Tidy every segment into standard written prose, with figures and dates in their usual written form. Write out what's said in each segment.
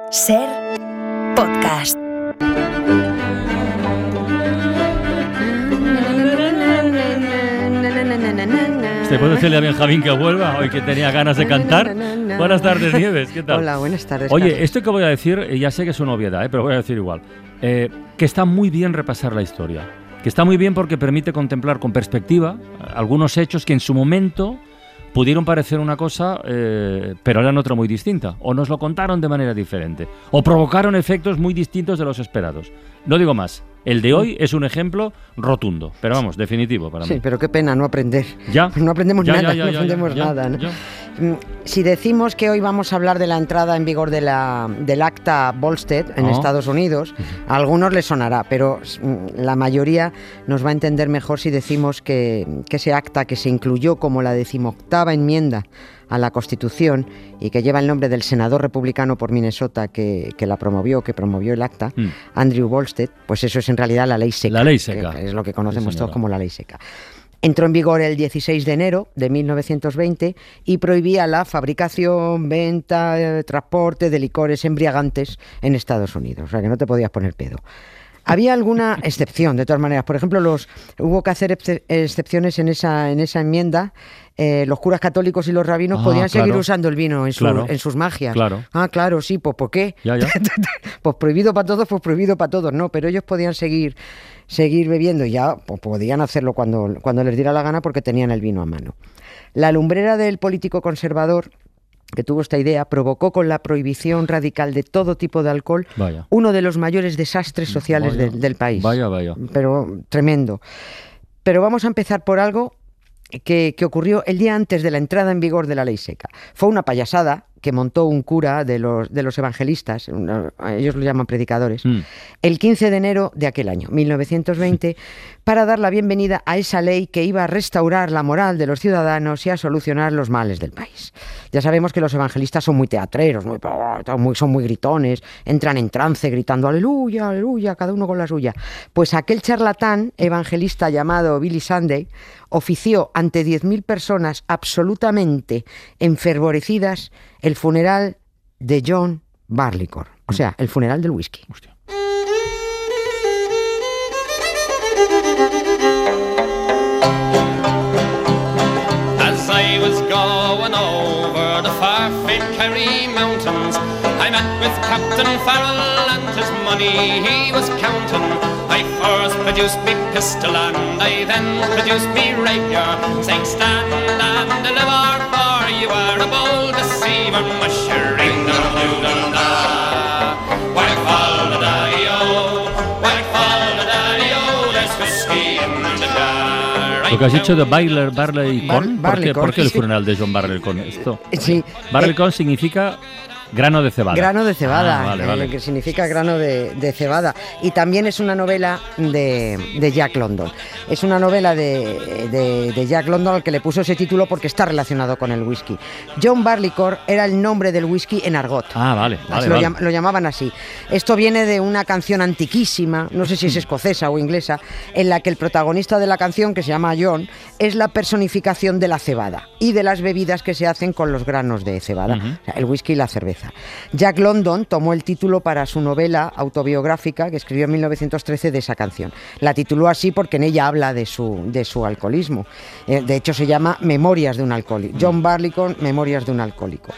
Ser podcast. ¿Se puede decirle a Benjamín que vuelva hoy que tenía ganas de cantar? Buenas tardes, Nieves, ¿qué tal? Hola, buenas tardes. Oye, Carlos. esto que voy a decir, ya sé que es una obviedad, pero voy a decir igual. Que está muy bien repasar la historia. Que está muy bien porque permite contemplar con perspectiva algunos hechos que en su momento pudieron parecer una cosa, pero eran otra muy distinta. O nos lo contaron de manera diferente. O provocaron efectos muy distintos de los esperados. No digo más. El de hoy es un ejemplo rotundo, pero vamos, definitivo para mí. Sí, pero qué pena no aprender. ¿Ya? No aprendemos Ya, nada, ya, no ya, aprendemos ya, nada. ¿no? ya. Si decimos que hoy vamos a hablar de la entrada en vigor del acta Volstead en Estados Unidos, a algunos les sonará, pero la mayoría nos va a entender mejor si decimos que ese acta que se incluyó como la 18ª enmienda a la Constitución y que lleva el nombre del senador republicano por Minnesota que promovió el acta, Andrew Volstead, pues eso es en realidad la ley seca. La ley seca. Que es lo que conocemos Sí, todos como la ley seca. Entró en vigor el 16 de enero de 1920 y prohibía la fabricación, venta, transporte de licores embriagantes en Estados Unidos. O sea, que no te podías poner pedo. Había alguna excepción, de todas maneras. Por ejemplo, hubo que hacer excepciones en esa enmienda. Los curas católicos y los rabinos podían seguir usando el vino en sus magias. Claro. Ah, claro, sí, pues ¿por qué? Ya. Pues prohibido para todos, no, pero ellos podían seguir bebiendo y ya pues, podían hacerlo cuando les diera la gana porque tenían el vino a mano. La lumbrera del político conservador que tuvo esta idea, provocó con la prohibición radical de todo tipo de alcohol uno de los mayores desastres sociales del país. Vaya. Pero tremendo. Pero vamos a empezar por algo que ocurrió el día antes de la entrada en vigor de la ley seca. Fue una payasada que montó un cura de los evangelistas, ellos lo llaman predicadores, el 15 de enero de aquel año, 1920, para dar la bienvenida a esa ley que iba a restaurar la moral de los ciudadanos y a solucionar los males del país. Ya sabemos que los evangelistas son muy teatreros, son muy gritones, entran en trance gritando aleluya, aleluya, cada uno con la suya. Pues aquel charlatán evangelista llamado Billy Sunday ofició ante 10.000 personas absolutamente enfervorecidas el funeral de John Barleycorn, o sea, el funeral del whisky. Hostia. As I was going over the far-famed Kerry mountains, I met with Captain Farrell and his money he was counting. I first produced me pistol and I then produced me rapier, saying stand and deliver, for you are a bold deceiver, mushering da-da-da-da. Whack fall the daddy-o, whack fall the daddy-o, there's whiskey in the jar. Lo que has dicho de Barleycorn, ¿por qué el sí. funeral de John Barleycorn? Esto. Sí. Barleycorn significa grano de cebada. Grano de cebada, Vale. que significa grano de cebada. Y también es una novela de Jack London. Es una novela de Jack London al que le puso ese título porque está relacionado con el whisky. John Barleycorn era el nombre del whisky en argot. Vale. Lo llamaban así. Esto viene de una canción antiquísima, no sé si es escocesa o inglesa, en la que el protagonista de la canción, que se llama John, es la personificación de la cebada y de las bebidas que se hacen con los granos de cebada, o sea, el whisky y la cerveza. Jack London tomó el título para su novela autobiográfica que escribió en 1913 de esa canción. La tituló así porque en ella habla de su alcoholismo. De hecho se llama Memorias de un alcohólico. John Barleycorn, Memorias de un alcohólico.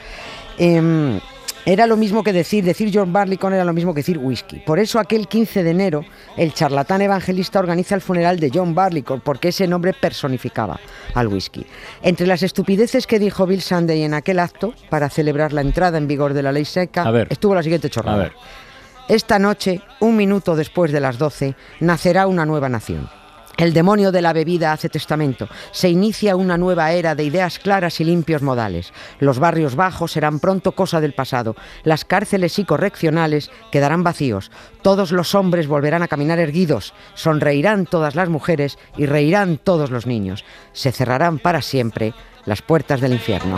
Era lo mismo que decir John Barleycorn era lo mismo que decir whisky. Por eso aquel 15 de enero el charlatán evangelista organiza el funeral de John Barleycorn, porque ese nombre personificaba al whisky. Entre las estupideces que dijo Bill Sunday en aquel acto para celebrar la entrada en vigor de la ley seca, estuvo la siguiente chorrada. Esta noche, 1 minuto después de las 12, nacerá una nueva nación. El demonio de la bebida hace testamento. Se inicia una nueva era de ideas claras y limpios modales. Los barrios bajos serán pronto cosa del pasado. Las cárceles y correccionales quedarán vacíos. Todos los hombres volverán a caminar erguidos. Sonreirán todas las mujeres y reirán todos los niños. Se cerrarán para siempre las puertas del infierno.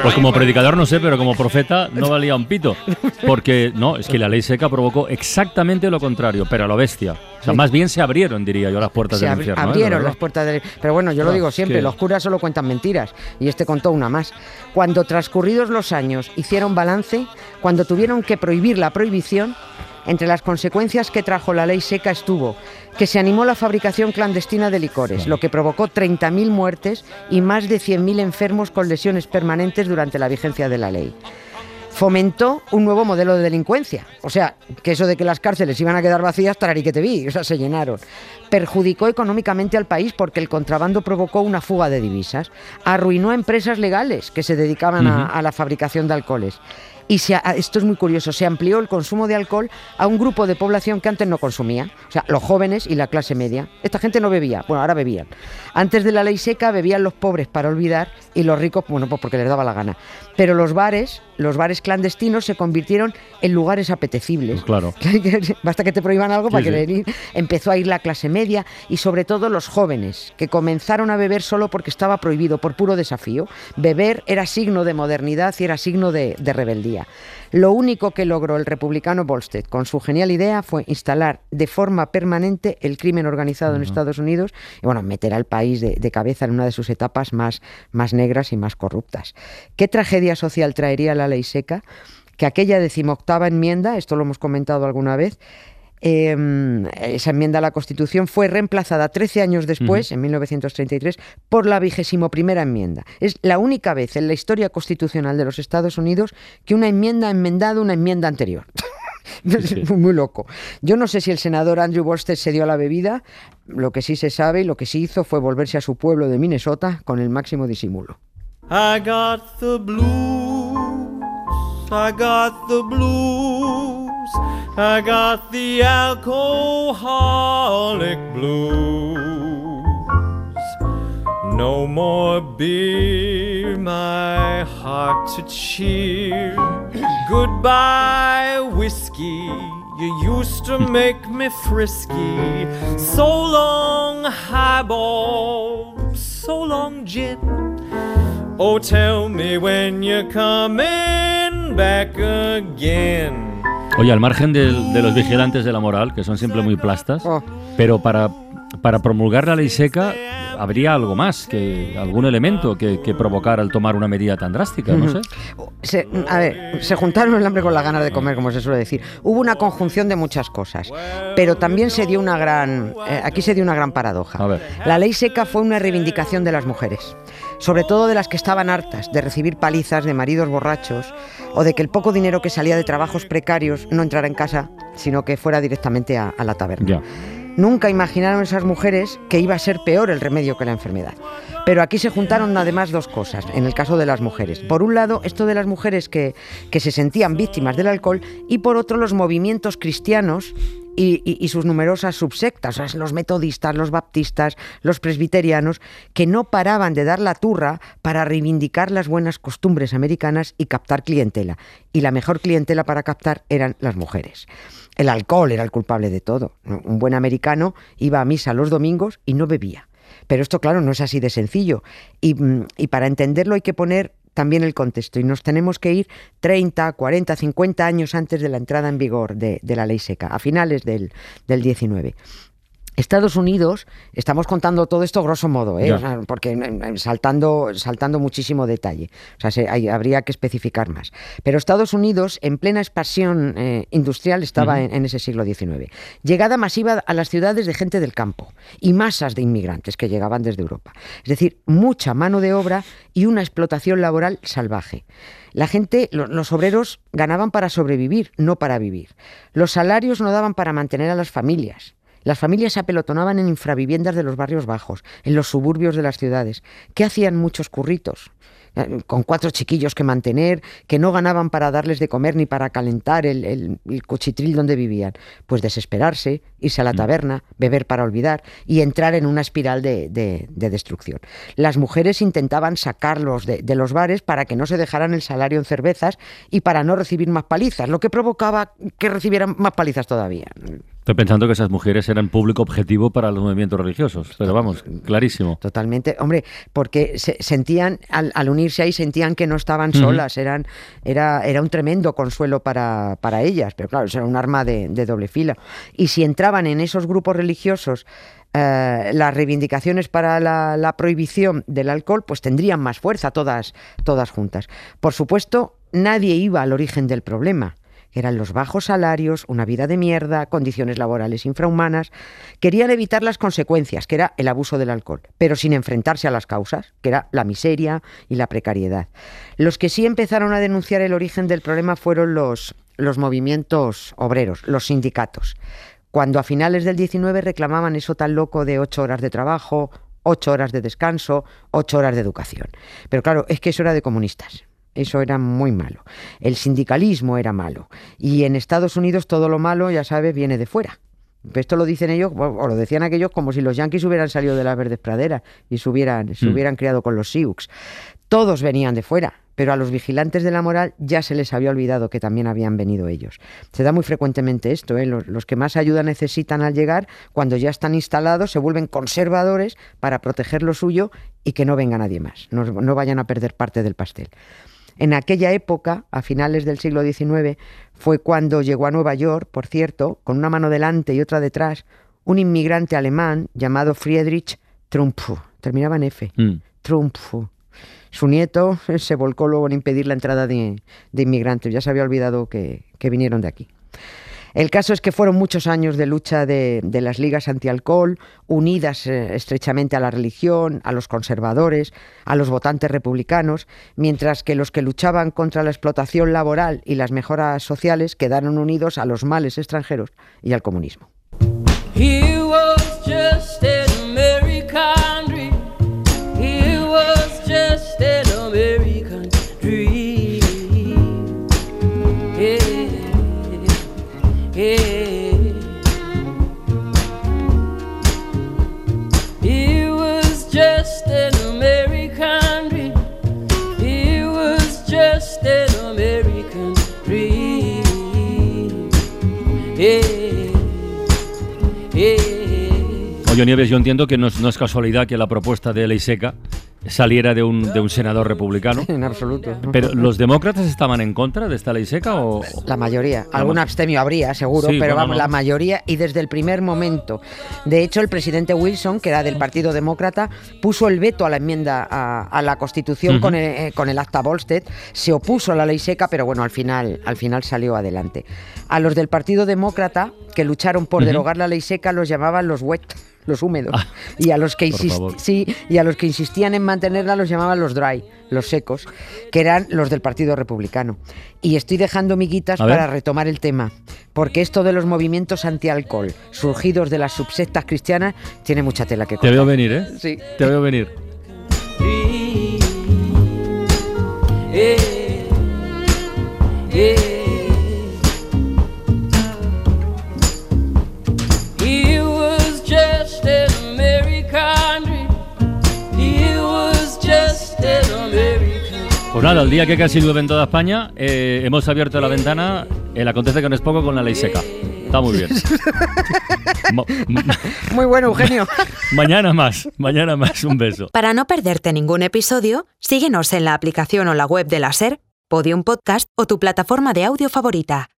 Pues como predicador no sé, pero como profeta no valía un pito. Porque no, es que la ley seca provocó exactamente lo contrario, pero a lo bestia. O sea, más bien se abrieron, diría yo, las puertas del infierno. Abrieron las puertas del... Pero bueno, yo lo digo siempre, los curas solo cuentan mentiras. Y este contó una más. Cuando transcurridos los años hicieron balance, cuando tuvieron que prohibir la prohibición, entre las consecuencias que trajo la ley seca estuvo que se animó la fabricación clandestina de licores, lo que provocó 30.000 muertes y más de 100.000 enfermos con lesiones permanentes durante la vigencia de la ley. Fomentó un nuevo modelo de delincuencia. O sea, que eso de que las cárceles iban a quedar vacías, tararí que te vi, o sea, se llenaron. Perjudicó económicamente al país porque el contrabando provocó una fuga de divisas. Arruinó a empresas legales que se dedicaban a la fabricación de alcoholes. Y esto es muy curioso, se amplió el consumo de alcohol a un grupo de población que antes no consumía, o sea, los jóvenes y la clase media. Esta gente no bebía, bueno, ahora bebían. Antes de la ley seca bebían los pobres para olvidar y los ricos, bueno, pues porque les daba la gana. Pero los bares clandestinos se convirtieron en lugares apetecibles. Claro. Basta que te prohíban algo para querer ir. Empezó a ir la clase media y sobre todo los jóvenes, que comenzaron a beber solo porque estaba prohibido, por puro desafío. Beber era signo de modernidad y era signo de rebeldía. Lo único que logró el republicano Volstead con su genial idea fue instalar de forma permanente el crimen organizado en Estados Unidos y bueno, meter al país de cabeza en una de sus etapas más negras y más corruptas. ¿Qué tragedia social traería la ley seca? Que aquella 18ª enmienda, esto lo hemos comentado alguna vez, esa enmienda a la Constitución fue reemplazada 13 años después, en 1933, por la 21ª enmienda. Es la única vez en la historia constitucional de los Estados Unidos que una enmienda ha enmendado una enmienda anterior. Sí. Muy loco. Yo no sé si el senador Andrew Volstead se dio a la bebida. Lo que sí se sabe y lo que sí hizo fue volverse a su pueblo de Minnesota con el máximo disimulo. I got the blues, I got the blues, I got the alcoholic blues. No more beer, my heart to cheer. Goodbye, whiskey, you used to make me frisky. So long, highball, so long, gin. Oh, tell me when you're coming back again. Oye, al margen de los vigilantes de la moral, que son siempre muy plastas, pero para promulgar la ley seca habría algo más, que algún elemento que provocara el tomar una medida tan drástica, no sé. Se juntaron el hambre con las ganas de comer, como se suele decir. Hubo una conjunción de muchas cosas, pero también se dio una gran paradoja. A ver. La ley seca fue una reivindicación de las mujeres, sobre todo de las que estaban hartas de recibir palizas de maridos borrachos o de que el poco dinero que salía de trabajos precarios no entrara en casa, sino que fuera directamente a la taberna. Ya. Nunca imaginaron esas mujeres que iba a ser peor el remedio que la enfermedad. Pero aquí se juntaron además dos cosas, en el caso de las mujeres. Por un lado, esto de las mujeres que se sentían víctimas del alcohol y por otro los movimientos cristianos y sus numerosas subsectas, o sea, los metodistas, los baptistas, los presbiterianos, que no paraban de dar la turra para reivindicar las buenas costumbres americanas y captar clientela. Y la mejor clientela para captar eran las mujeres. El alcohol era el culpable de todo. Un buen americano iba a misa los domingos y no bebía. Pero esto, claro, no es así de sencillo. Y para entenderlo hay que poner también el contexto. Y nos tenemos que ir 30, 40, 50 años antes de la entrada en vigor de la ley seca, a finales del 19. Estados Unidos, estamos contando todo esto grosso modo, o sea, porque saltando muchísimo detalle, o sea, habría que especificar más. Pero Estados Unidos, en plena expansión industrial, estaba en ese siglo XIX. Llegada masiva a las ciudades de gente del campo y masas de inmigrantes que llegaban desde Europa. Es decir, mucha mano de obra y una explotación laboral salvaje. La gente, los obreros, ganaban para sobrevivir, no para vivir. Los salarios no daban para mantener a las familias. Las familias se apelotonaban en infraviviendas de los barrios bajos, en los suburbios de las ciudades. ¿Qué hacían muchos curritos? Con 4 chiquillos que mantener, que no ganaban para darles de comer ni para calentar el cuchitril donde vivían. Pues desesperarse, irse a la taberna, beber para olvidar y entrar en una espiral de destrucción. Las mujeres intentaban sacarlos de los bares para que no se dejaran el salario en cervezas y para no recibir más palizas, lo que provocaba que recibieran más palizas todavía. Estoy pensando que esas mujeres eran público objetivo para los movimientos religiosos, pero vamos, clarísimo. Totalmente, hombre, porque sentían, al unirse ahí, sentían que no estaban solas, era un tremendo consuelo para ellas, pero claro, eso era un arma de doble filo. Y si entraban en esos grupos religiosos las reivindicaciones para la prohibición del alcohol, pues tendrían más fuerza todas juntas. Por supuesto, nadie iba al origen del problema. Eran los bajos salarios, una vida de mierda, condiciones laborales infrahumanas. Querían evitar las consecuencias, que era el abuso del alcohol, pero sin enfrentarse a las causas, que era la miseria y la precariedad. Los que sí empezaron a denunciar el origen del problema fueron los movimientos obreros, los sindicatos, cuando a finales del 19 reclamaban eso tan loco de 8 horas de trabajo, 8 horas de descanso, 8 horas de educación. Pero claro, es que eso era de comunistas. Eso era muy malo. El sindicalismo era malo. Y en Estados Unidos todo lo malo, ya sabes, viene de fuera. Esto lo dicen ellos, o lo decían aquellos, como si los yanquis hubieran salido de las verdes praderas y se hubieran criado con los Sioux. Todos venían de fuera, pero a los vigilantes de la moral ya se les había olvidado que también habían venido ellos. Se da muy frecuentemente esto, ¿eh? Los que más ayuda necesitan al llegar, cuando ya están instalados, se vuelven conservadores para proteger lo suyo y que no venga nadie más, no vayan a perder parte del pastel. En aquella época, a finales del siglo XIX, fue cuando llegó a Nueva York, por cierto, con una mano delante y otra detrás, un inmigrante alemán llamado Friedrich Trumpf. Terminaba en F. Trumpf. Su nieto se volcó luego en impedir la entrada de inmigrantes. Ya se había olvidado que vinieron de aquí. El caso es que fueron muchos años de lucha de las ligas antialcohol, unidas estrechamente a la religión, a los conservadores, a los votantes republicanos, mientras que los que luchaban contra la explotación laboral y las mejoras sociales quedaron unidos a los males extranjeros y al comunismo. He was just an American dream. He was just an American dream. He was just an American dream. He was just an American dream. Oye, Nieves, yo entiendo que no es casualidad que la propuesta de ley seca saliera de un senador republicano. En absoluto. ¿Pero los demócratas estaban en contra de esta ley seca o...? La mayoría. Algún abstemio habría, seguro, sí, pero bueno, vamos, la mayoría y desde el primer momento. De hecho, el presidente Wilson, que era del Partido Demócrata, puso el veto a la enmienda a la Constitución con el acta Volstead, se opuso a la ley seca, pero bueno, al final salió adelante. A los del Partido Demócrata, que lucharon por derogar la ley seca, los llamaban los wet, los húmedos, y a los que insistían en mantenerla los llamaban los dry, los secos, que eran los del Partido Republicano. Y estoy dejando miguitas para retomar el tema, porque esto de los movimientos antialcohol surgidos de las subsectas cristianas tiene mucha tela que cortar. Te veo venir, ¿eh? Sí. Te veo venir. Pues nada, el día que casi llueve en toda España, hemos abierto la ventana, el acontece que no es poco con la ley seca. Está muy bien. Muy bueno, Eugenio. Mañana más, un beso. Para no perderte ningún episodio, síguenos en la aplicación o la web de la SER, Podium Podcast o tu plataforma de audio favorita.